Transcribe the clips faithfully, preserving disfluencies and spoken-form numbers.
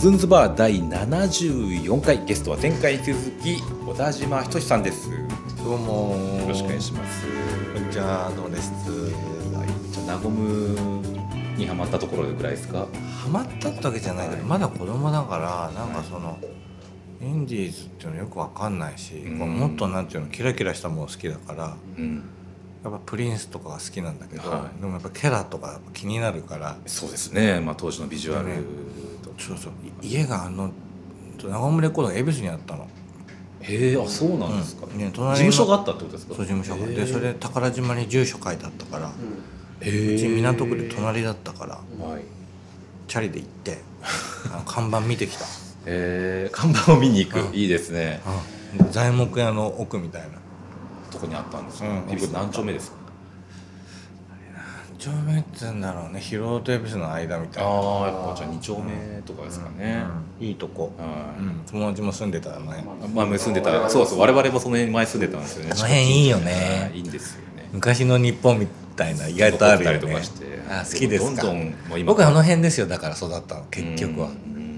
ズンズバーだいななじゅうよんかい、ゲストは前回に続き小田島仁さんです。 どうもよろしくお願いします。 こんにちは、どうです。 はい、じゃあナゴムにハマったところぐらいですか？ ハマったってわけじゃないけど、はい、まだ子供だからなんかその、はい、インディーズっていうのよくわかんないし、うん、もっとなんていうのキラキラしたもの好きだから、うん、やっぱプリンスとかが好きなんだけど、はい、でもやっぱキャラとか気になるから。 そうですね、まあ、当時のビジュアル、ね、 そうそう、家があのナゴムレコードが恵比寿にあったの。 へえ、あ、そうなんですか、 うんね、 事務所があったってことですか？ そう、事務所がで、それ宝島に住所書いてあったから、うん、うち港区で隣だったから、はい、チャリで行って看板見てきた。 へえ、看板を見に行く、うん、いいですね、 うん、材木屋の奥みたいなとこにあったんですか？恵比寿何丁目ですか？ 何丁目って言うんだろうね、広尾と恵比寿の間みたいな。 ああ、やっぱじゃあに丁目とかですかね、 うん、いいとこ、うん、友達も住んでたよね。 まあ、住んでた、そうそう、我々もその辺前住んでたんですよね。 その辺いいよね。 いいんですよね。 昔の日本みたいな意外とあるよね。 とかして、 あ、好きですか？ どんどんもう今僕あの辺ですよ、だから育ったの結局は、うん、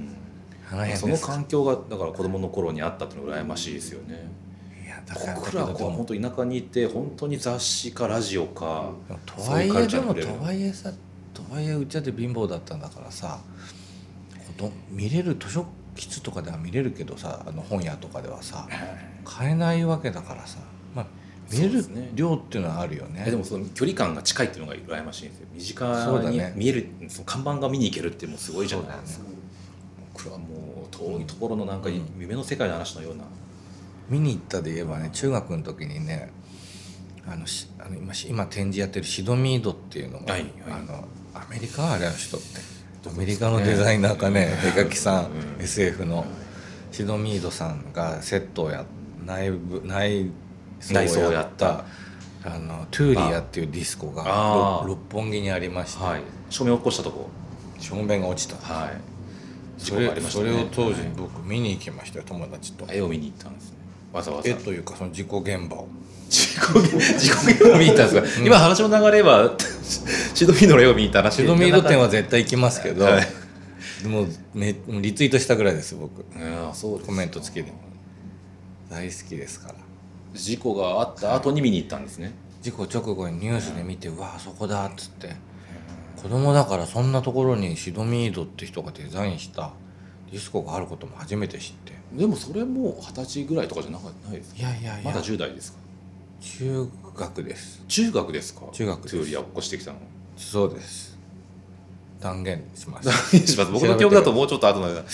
あの辺です。その環境がだから子供の頃にあったっていうのが羨ましいですよね。僕らはこう本当田舎にいて本当に雑誌かラジオか、 とはいえでもとはいえさとはいえうちで貧乏だったんだからさ、見れる図書室とかでは見れるけどさ、あの本屋とかではさ買えないわけだからさ、まあ、見れる量っていうのはあるよね。 でもその距離感が近いっていうのが羨ましいんですよ。身近に見える、ね、その看板が見に行けるってもうすごいじゃないですか。僕はもう遠いところのなんか夢の世界の話のような、 うん、見に行ったで言えばね、中学の時にね、あのあの 今, 今展示やってるシドミードっていうのが、はいはい、あのアメリカあれの人ってアメリカのデザイナーかね、絵描きさん、うん、エスエフ のシドミードさんがセットをや内部内装をやったあのトゥーリアっていうディスコが六本木にありまして、はい、 照明を起こしたとこ、 照明が落ちた、はい、それ、ね、それを当時僕見に行きましたよ、友達と。 絵を見に行ったんですね、わざわざ。 絵というかその事故現場を事故現場を見に行ったんですか？うん、今話の流れはシドミードの絵を見に行ったらしい。 シドミード店は絶対行きますけど、はい、でもめリツイートしたぐらいです僕。 ああ、そうです。 コメント付きで大好きですから。 事故があった後に見に行ったんですね。 事故直後にニュースで見て、うわあそこだっつって、子供だからそんなところにシドミードって人がデザインしたディスコがあることも初めて知って。 でもそれも二十歳ぐらいとかじゃなかないですか？ いやいやいや、 まだじゅう代ですか？ 中学です。 中学ですか？ 中学です。 トゥーリアを起こしてきたの？そうです。 断言します。 断言します。僕の記憶だともうちょっと後なので、うん、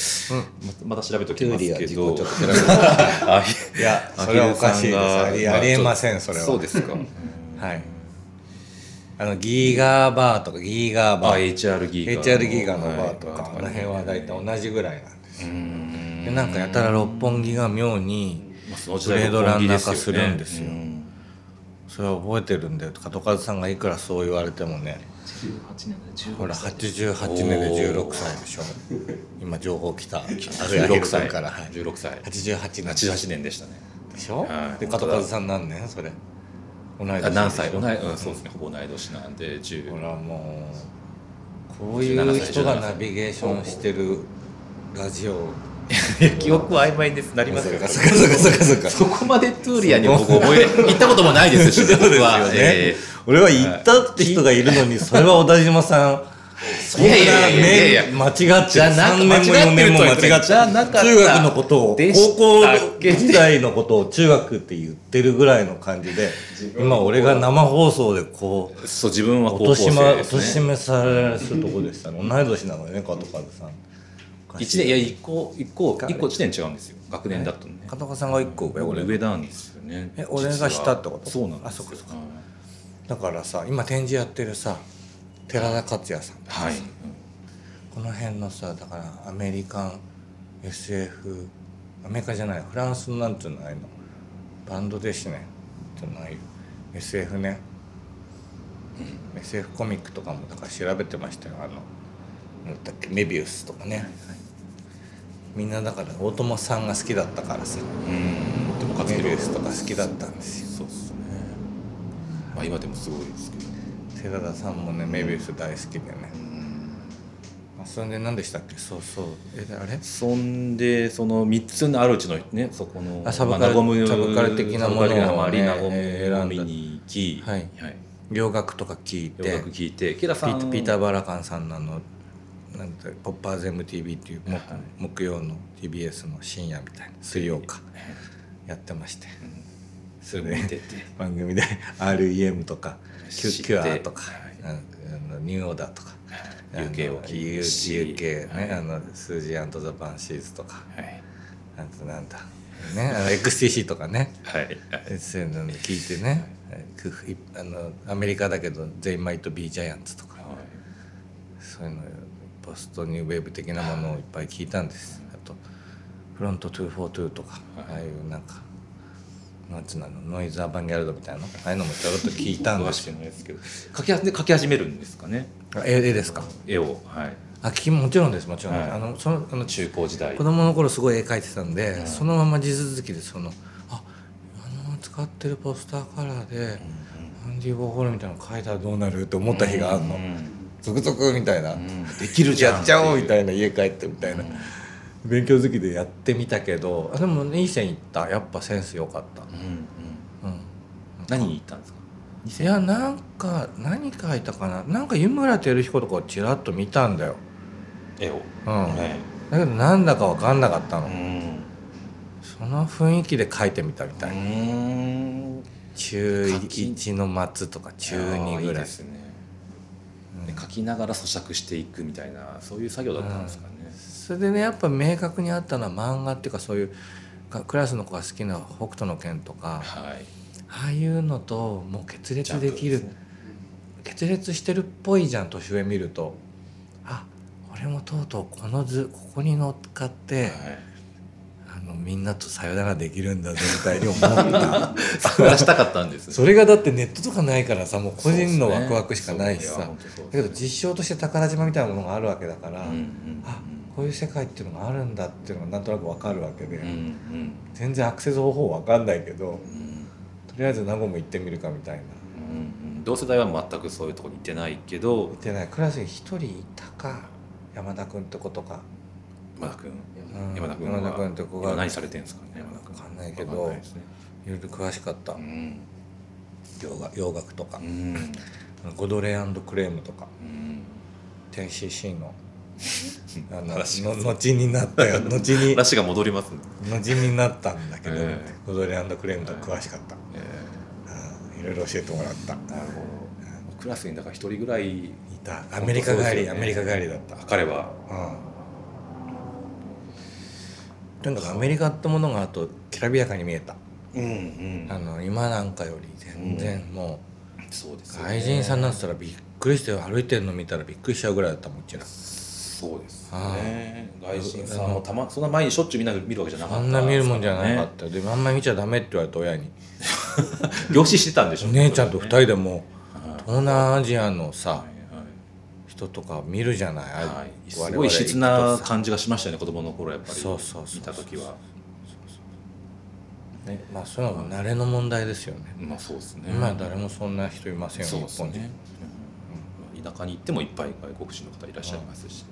また調べときますけど。トゥーリア事故ちょっと調べていや、それはおかしいです。ありえません、それは。 そうですか。 はい。あのギーガーバーとかギーガーバー、 あ、エイチアール ギーガー、 エイチアール ギーガーのバーとか、あの辺は大体同じぐらいなんですよ。で、なんかやたら六本木が妙にブレードランナー化するんですよ。それは覚えてるんで、門和さんがいくらそう言われてもね、ほらはちじゅうはちねんでじゅうろくさいでしょ。今情報来た。 じゅうろくさいから、じゅうろくさい。 はちじゅうはちねん。 はちじゅうはちねんでしたね。 でしょ？で門和さん何年それ？同い年。 何歳？同い、うん、そうですね。ほぼ同い年なんでじゅう。 ほらもうこういう人がナビゲーションしてるラジオ。 記憶は曖昧ですなりますけど、 そこまでトゥーリアに僕覚え行ったこともないですし、僕は、 えー、俺は行ったって人がいるのに、それは小田島さんそんなね間違ってさんねんもよねんも間違って中学のことを高校時代のことを中学って言ってるぐらいの感じで、今俺が生放送でこうそう自分は高校生ですね、 おとしめされるとこでしたね。同い年なのよね、門和さん。 いちねん、いやいっこいっこいっこいちねん違うんですよ、学年だとね。 門和さんがいっこ上、 俺上なんですよね。 え、俺が下ってこと？ そうなんですよ。 あ、そっかそっか。だからさ、今展示やってるさ寺田克也さん、はい、うん、この辺のさ、だからアメリカン エスエフ、 アメリカじゃない、フランスのなんていうの、あれのバンドですねじゃない エスエフ ね、うん、エスエフ コミックとかもだから調べてましたよ。あのなんだっけ、メビウスとかね、はいはい、みんなだから大友さんが好きだったからさ、うん、でもメビウスとか好きだったんですよ。 そうですね、まあ今でもすごいですけど、 寺田さんもねメビウス大好きでね、まあ、 それで何でしたっけ。そうそうえあれそんでそのみっつのあるうちのねそこのサブカル、 まあ、 サブカル的なものを、ね、 ハマりナゴム選んだ見に行き、 はいはい、洋楽とか聞いて洋楽聞いてキラさんピーター・バラカンさんのあのなんてポッパーズ エムティービー っていう、はい、木曜の ティービーエス の深夜みたいな水曜か、はい、やってまして、うん、 それ見てて番組で アールイーエム とかキュキュアとか、はい、あのニューオーダーとか、 はい、ユーケー を聞いてユーケー ね、はい、あのスージー&ザ・バンシーズとか、はい、あとなんだね、あの エックスティーシー とかね、はい、そういうの聞いてね、はい、あのアメリカだけど「They Might Be Giants」とか、はい、そういうのポストニューウェーブ的なものをいっぱい聞いたんです。あと「フロントにひゃくよんじゅうに」とか、はい、ああいうなんかなんつうのノイズアバンギャルドみたいなのああいうのもちょろっと聞いたんですけど書き描き始めるんですかね。 絵ですか。 絵を、はい、 あきもちろんですもちろん、はい、あのそのあの中高時代子供の頃すごい絵描いてたんで、うん、そのまま地続きでそのああの使ってるポスターカラーで、うんうん、アンディ・ウォーホルみたいなの描いたらどうなるって思った日があるの、うんうん、ゾクゾクみたいな、うん、できるじゃんやっちゃおうみたいな家帰ってみたいな、うん、勉強好きでやってみたけどでも、ね、いい線いったやっぱセンス良かった、うんうんうん、何に行ったんですか。 いやなんか何描いたかななんか湯村照彦とかをちらっと見たんだよ絵を、 うんね、だけどなんだか分かんなかったの、うん、その雰囲気で描いてみたみたいな、うん、中いちの末とか中にぐらいですね、 うん、で描きながら咀嚼していくみたいなそういう作業だったんですかね、うん、 それでねやっぱ明確にあったのは漫画っていうかそういうクラスの子が好きな北斗の拳とか、はい、ああいうのともう決裂できる、ね、決裂してるっぽいじゃん年上見るとあ俺もとうとうこの図ここに乗っかって、はい、あのみんなとさよならできるんだぞみたいに思ったそれしたかったんです、ね、 それがだってネットとかないからさもう個人のワクワクしかないしさ、ねね、だけど実証として宝島みたいなものがあるわけだから、うんうんうん、あこういう世界っていうのがあるんだっていうのがなんとなく分かるわけで、うんうん、全然アクセス方法分かんないけど、うん、とりあえず名護も行ってみるかみたいな、 うんうん、同世代は全くそういうところに行ってないけど行ってないクラスに一人いたか山田君って子とか山田君、 うん、 山田君は山田君って子が何されてるんですかね。山田君分かんないけど、ね、いろいろ詳しかった、うん、洋楽、洋楽とか、うん、ゴドレー&クレームとか、うん、テンシーシー のあのの後になったよ後に話が戻りますね後になったんだけど、えー、ゴドレー&クレームとか詳しかった、えー、いろいろ教えてもらった。なるほど。 クラスにだから一人ぐらいいた。アメリカ帰り、ね、アメリカ帰りだった。 彼は、 うん、とにかくアメリカってものがあときらびやかに見えた、うんうん、あの今なんかより全然もう、うん、そうですね、外人さんになってたらびっくりして歩いてるの見たらびっくりしちゃうぐらいだったもんちら。 そうですね。外人さんをたまそんな前にしょっちゅうみんな見るわけじゃなかった、 ね、そんな見るもんじゃなかった。であんまり見ちゃダメって言われた親に凝視してたんでしょうね。姉ちゃんとふたりでも東南アジアのさ、はいはい、人とか見るじゃない、はい、 すごい異質な感じがしましたよね子供の頃やっぱりそうそうそう見た時はね。まあそれは慣れの問題ですよね。 まあそうですね。 今は誰もそんな人いませんよ、 日本人。田舎に行ってもいっぱい外国人の方いらっしゃいますしね。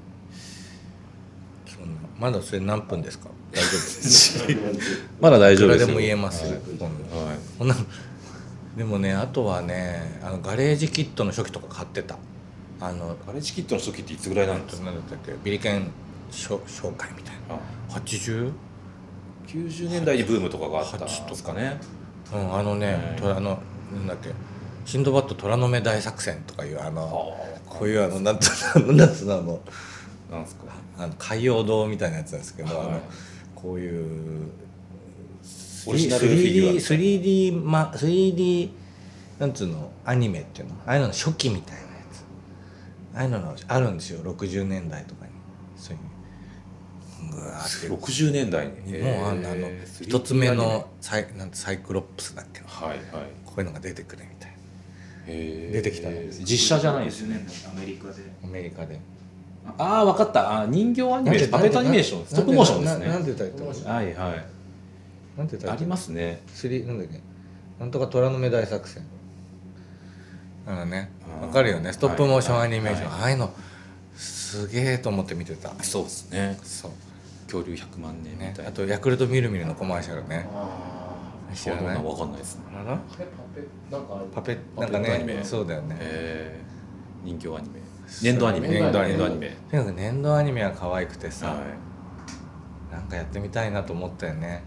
そんなまだそれ何分ですか。大丈夫ですまだ大丈夫ですよ。 いくらでも言えます、はい、こんなでもねあとはねあのガレージキットの初期とか買ってた。あのガレージキットの初期っていつぐらいなんですか。 何だったっけビリケン紹介みたいな。はちじゅうきゅうじゅうねんだいにブームとかがあったんですかね。 うんあのねあのなんだっけシンドバッド虎の目大作戦とかいうあのこういうあのなんつうのなんつうのあのなんすかあの海洋堂みたいなやつなんですけど、はい、あのこういうオリジナルフィギュア スリーディー ま スリーディー なんつうのアニメっていうのああいうのの初期みたいなやつああいうののあるんですよろくじゅうねんだいとかにそういうぐわーってろくじゅうねんだいにもうあのあの一つ目のサイなんてサイクロプスだっけ、 はいはい、 こういうのが出てくるみたいな出てきた実写じゃないですよね。 アメリカでアメリカでああ分かったあ人形アニメーションパペットアニメーションストップモーションですね。 なんてタイトルはいはいなんてタイトルありますね。 スリなんだっけなんとか虎の目大作戦あのね分かるよねストップモーションアニメーション、はいはい、ああいうのすげえと思って見てた。 そうですね。 そう恐竜ひゃくまんねんみたいな、 ね、あとヤクルトみるみるのコマーシャルね。 知らない。わかんないですね。 パペなんかね、そうだよね。 人形アニメ、粘土アニメ、粘土アニメ。 とにかく粘土アニメは可愛くてさ、なんかやってみたいなと思ったよね。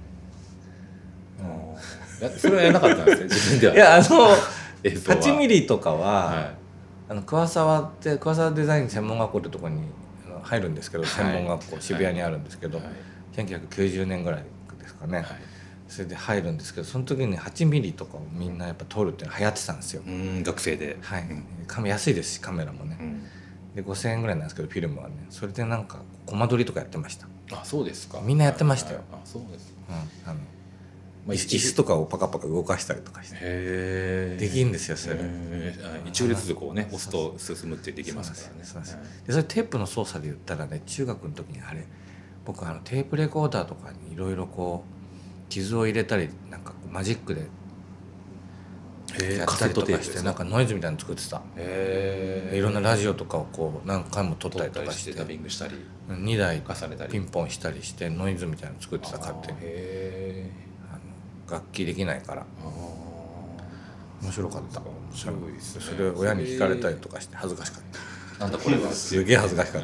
それはやらなかったんですね、自分では。 いや、あのはちミリとかはあの桑沢って桑沢デザイン専門学校ってとこに入るんですけど、専門学校渋谷にあるんですけど、せんきゅうひゃくきゅうじゅうねんぐらいですかね。それで入るんですけど、その時にはちミリとかをみんなやっぱ撮るっていうの流行ってたんですよ。 学生で。 はい。カメ安いですし、カメラもね。でごせんえんぐらいなんですけど、フィルムはね。それでなんかコマ撮りとかやってました。 あ、そうですか。 みんなやってましたよ。 あ、そうです。 うん。あの椅子とかをパカパカ動かしたりとかして。へえ。できるんですよ、それ。 一列でこうね、押すと進むってできますからね。 でそれテープの操作で言ったらね、中学の時にあれ僕あのテープレコーダーとかにいろいろこう傷を入れたりなんかマジックでやったりとかして、なんかノイズみたいなの作ってた。いろんなラジオとかをこう何回も撮ったりとかしてダビングしたりにだいピンポンしたりしてノイズみたいなの作ってた。勝手に楽器できないから面白かった。それ親に聞かれたりとかして恥ずかしかった。 なんだこれは。 すげえ恥ずかしかった。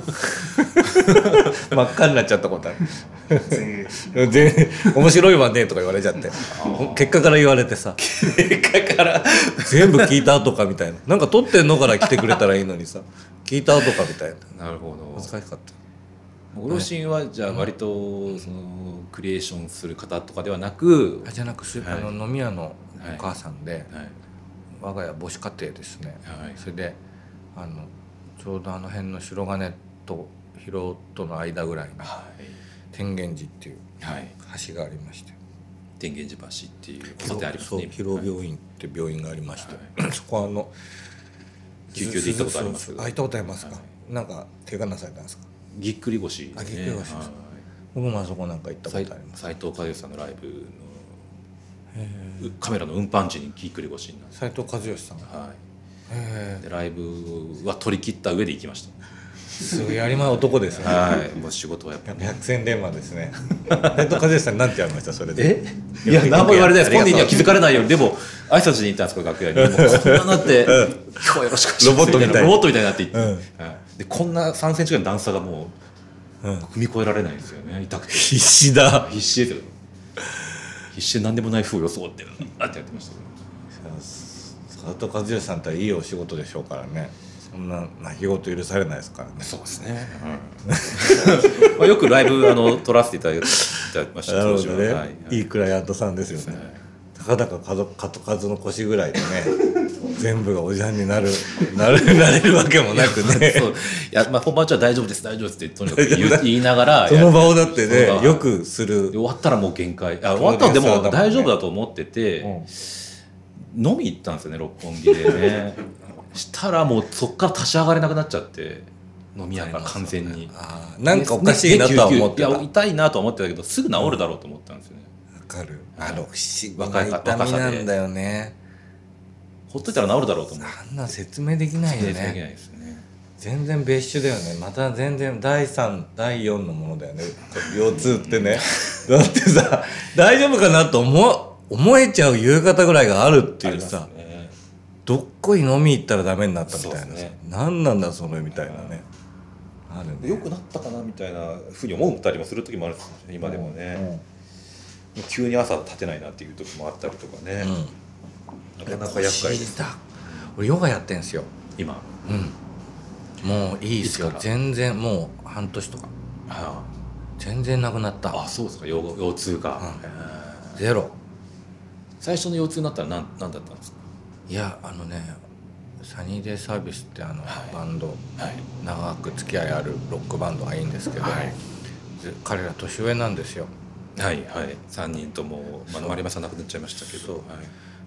真っ赤になっちゃったことある。全然面白いわねとか言われちゃって、結果から言われてさ、 結果から全部聞いた後かみたいな、なんか撮ってんのから来てくれたらいいのにさ、聞いた後かみたいな。 なるほど。 恥ずかしかった。 ご両親はじゃあ割とそのクリエーションする方とかではなく、 あじゃなくあの飲み屋のお母さんで、我が家母子家庭ですね。それであのちょうどあの辺の白金と広尾との間ぐらいに天元寺っていう橋がありまして、 天元寺橋っていう交差点ありますね。 広尾病院って病院がありまして、そこはあの救急で行ったことありますけど。 行ったことありますか。なんか怪我なされたんですか。 ぎっくり腰。 あ、ぎっくり腰。僕もあそこなんか行ったことあります。 斉藤和義さんのライブのカメラの運搬時にぎっくり腰になって。 斉藤和義さん。 はい。でライブは取り切った上で行きました。 すごいやりまい男ですね。 はい。もう仕事はやっぱ百戦錬磨ですね。斉藤和義さんなんて言われましたそれで。 え？いや何も言われないです。本人には気づかれないようにでも挨拶に行ったんですか楽屋に。もうこんななって今日はよろしくお願いします。ロボットみたいロボットみたいになっていって。でこんなさんセンチぐらいの段差がもう踏み越えられないんですよね。痛くて必死だ。 必死ですよ。必死で何でもない風を装ってるなってやってましたけど。 斉藤和義さんっていいお仕事でしょうからね。そんな泣き言許されないですからね。 そうですね。まあよくライブあの撮らせていただきました。 なるほどね。いいクライアントさんですよね。たかだか数数の腰ぐらいでね、全部がおじゃんになるなるなれるわけもなくね。 そういやまあ本番中は大丈夫です大丈夫ですってとにかく言いながらその場をだってねよくする。 終わったらもう限界。あ終わったらでも大丈夫だと思ってて。飲み行ったんですよね六本木でね。したらもうそっから立ち上がれなくなっちゃって飲み屋から完全に。 あなんかおかしいなとは思ってた。 いや痛いなとは思ってたけどすぐ治るだろうと思ったんですよね。 わかる。あの不思議な痛みなんだよね。 ほっといたら治るだろうと思う。 あんな説明できないよね。 説明できないですね。 全然別種だよね。また全然だいさんだいよんのものだよね腰痛ってね。だってさ大丈夫かなと思う思えちゃう夕方ぐらいがあるっていうさ、ね、どっこい飲み行ったらダメになったみたいなさ、ね、何なんだそれみたいなね、 あるね。よくなったかなみたいなふうに思ったりもする時もあるんですよね今でもね、うん、急に朝立てないなっていう時もあったりとかね、うん、なかなか厄介です。 俺ヨガやってんすよ今、 うん、もういいっすよ。全然もう半年とか、はあ、全然なくなった。 あそうですか。腰痛が、 うん、ゼロ。 最初の腰痛になったら何何だったんですか。 いやあのねサニーデイサービスってあのバンド、はい、長く付き合いあるロックバンドがいいんですけど、はい、彼ら年上なんですよ。 はいはいさんにんとも、まあ、丸山さん亡くなっちゃいましたけど、はい、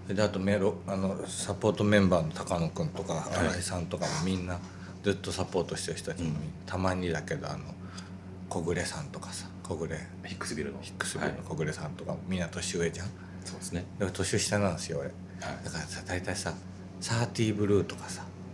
であとメロあのサポートメンバーの高野君とか新井さんとかもみんなずっとサポートしてる人たちも、うん、たまにだけどあの小暮さんとかさ小暮ヒックスビルのヒックスビルの小暮さんとかみんな年上じゃん。 そうですね。 だから年下なんですよ俺、はい、だからさ大体さサーティーブルーとかさ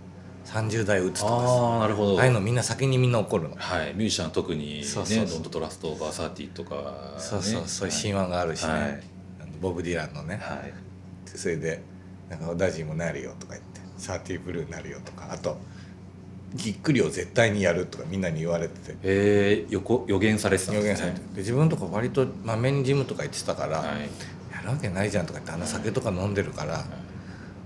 さんじゅうだい打つとかああなるほど、 ああいうのみんな先にみんな起こるの。 はい、ミュージシャン特にねそうそうそうドントトラストオーバーサーティとか、ね、 そうそうそういう神話があるしね、はい、ボブ・ディランのね、はい、それでなんかオダジーもなるよとか言ってサーティーブルーになるよとか、あとぎっくりを絶対にやるとかみんなに言われてて、 えー、予, 予言されてたんですね。予言されてで自分とか割とまめにジムとか行ってたから、はい、やるわけないじゃんとか言って、あの酒とか飲んでるから、はい、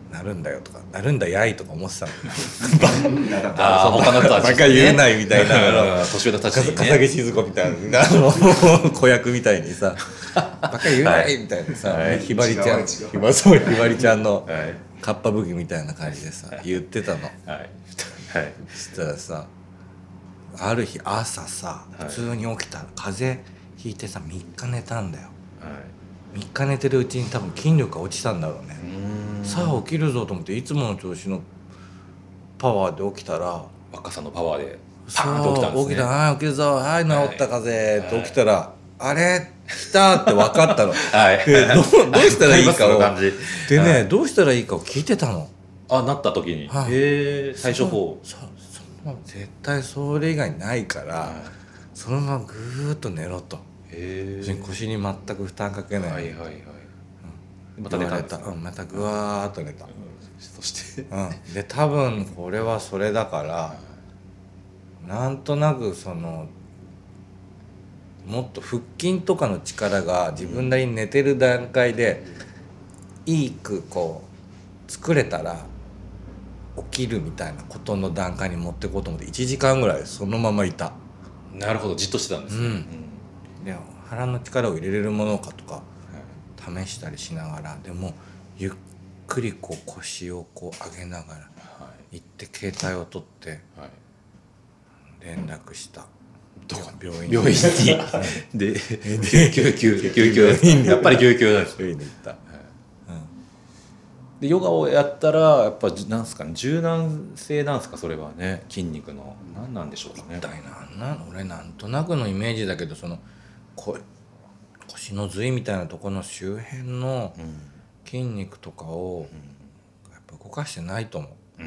なるんだよとかなるんだやいとか思ってたのああ他の人たち、ね、 バカ言えないみたいな年上のたちに、ね、 笠木静子みたいな子役みたいにさバカ言えないみたいなさ、はい、ひばりちゃんひばそうひばりちゃんのカッパ武器みたいな感じでさ言ってたの、はいはい、そしたらさある日朝さ普通に起きたら風邪ひいてさみっか寝たんだよ、はい、みっか寝てるうちに多分筋力が落ちたんだろうね。うさあ起きるぞと思っていつもの調子のパワーで起きたら若さのパワーでパーンと起きたんですね。 起きた、はい起きるぞ、はい治った風邪って起きたら、はい、あれ来たって分かったの、はい、で ど, どうしたらいいかをでね、はい、どうしたらいいかを聞いてたの。 あなった時に、はい、へえ最初こうそそそ絶対それ以外ないから、はい、そのままぐーっと寝ろと。へえ腰に全く負担かけない。はいはいはい、うん、また寝た、うん、またぐわーっと寝た、うん、 そして、 うん、で多分これはそれだから、なんとなくそのもっと腹筋とかの力が自分なりに寝てる段階でいいくこう作れたら起きるみたいなことの段階に持っていこうと思っていちじかんぐらいそのままいた。 なるほど、じっとしてたんですね、うんうん、 で腹の力を入れれるものかとか試したりしながら、でもゆっくりこう腰をこう上げながら行って携帯を取って連絡した。 どこ病院病院にで救急救急やっぱり救急なんですよ。病院に行った、はい、うん、でヨガをやったらやっぱなんですかね、柔軟性なんですか、それはね、筋肉の何なんでしょうかね。 みたいな、なん俺なんとなくのイメージだけど、そのこ腰の髄みたいなところの周辺の筋肉とかをやっぱ動かしてないと思う、うん、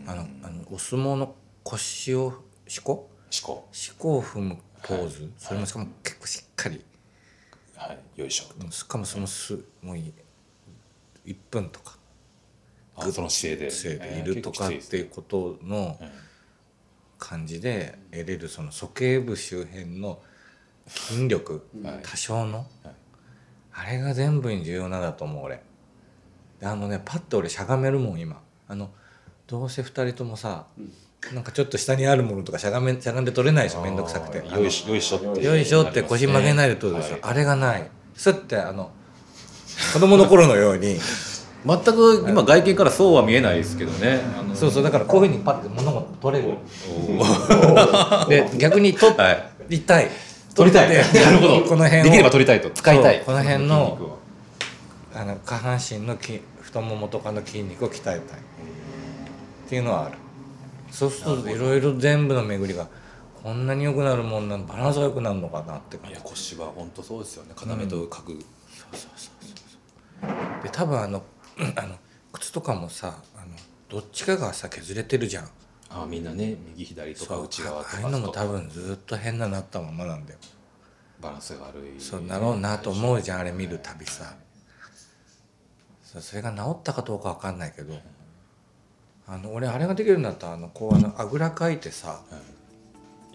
あのあのお相撲の腰をしこしこしこを踏むポーズ、はい、それもしかも結構しっかり、 はい、よいしょ、 しかもそのすもういっぷんとかあその姿勢で姿勢でいるとかっていうことの感じで得れるその鼠径部周辺の筋力、はい、多少の、はい、あれが全部に重要なんだと思う俺。であのねパッと俺しゃがめるもん今。あのどうせふたりともさ、うん、なんかちょっと下にあるものとかしゃがめしゃがんで取れないでしょ、めんどくさくて。 よいしょよいしょってよいしょって腰曲げないで取るでしょ、はい、あれがない。スッてあの子供の頃のように全く今外見からそうは見えないですけどね。あのそうそう、だからこういうふうにパッて物が取れるで逆に取りたい、はい、 取りたいなるほど、 この辺をできれば取りたいと使いたい、 この辺のあの下半身の筋太ももとかの筋肉を鍛えたいっていうのはある。そうするといろいろ全部の巡りがこんなに良くなるもんなの、バランスが良くなるのかなって感じ。 いや腰は本当そうですよね、要と核、うん、そうそうそうそうで多分あのあの靴とかもさ、あのどっちかがさ削れてるじゃん。 あみんなね、右左とか内側とか、 ああいうのも多分ずっと変ななったままなんだよ。 バランスが悪い、 そうなろうなと思うじゃん、あれ見るたびさ、はい、そ, それが治ったかどうか分かんないけど、あの俺あれができるんだったらあのこうあのあぐらかいてさ、はい、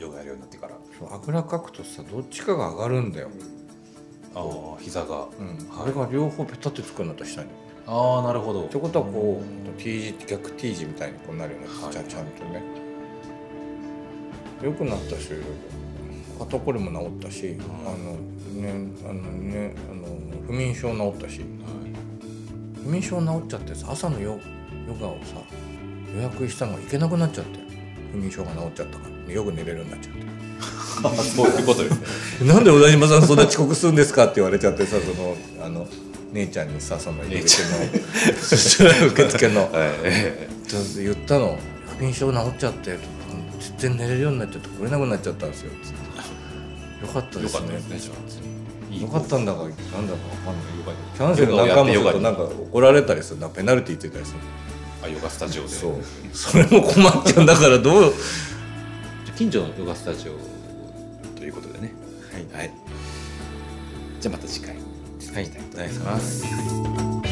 ヨガやるようになってから、 そうあぐらかくとさどっちかが上がるんだよ。 ああ膝が、うん、 はい、あれが両方ペタってつくんだった下に。 ああなるほど。 ってことはこう T 字逆 T 字みたいにこうなるようになって、はい、ちゃんとね良くなったし、肩こりも治ったし、あのねあのねあの不眠症治ったし、はい、不眠症治っちゃってさ、朝のヨヨガをさ予約したのが行けなくなっちゃって、不眠症が治っちゃったから、よく寝れるようになっちゃって。 そういうことですね。なんで小田島さんそんな遅刻するんですかって言われちゃってさ、そのあの姉ちゃんにさ、その入り口の受付の言ったの、不眠症治っちゃって全然寝れるようになっちゃって来れなくなっちゃったんですよ。よかったですね。よかったんだかなんだか分かんない。キャンセルなんかもするとなんか怒られたりするな、ペナルティーついたりする。 あヨガスタジオでそうそれも困っちゃうんだからどう近所のヨガスタジオということでねはい、はい、じゃあまた次回はいお願いします。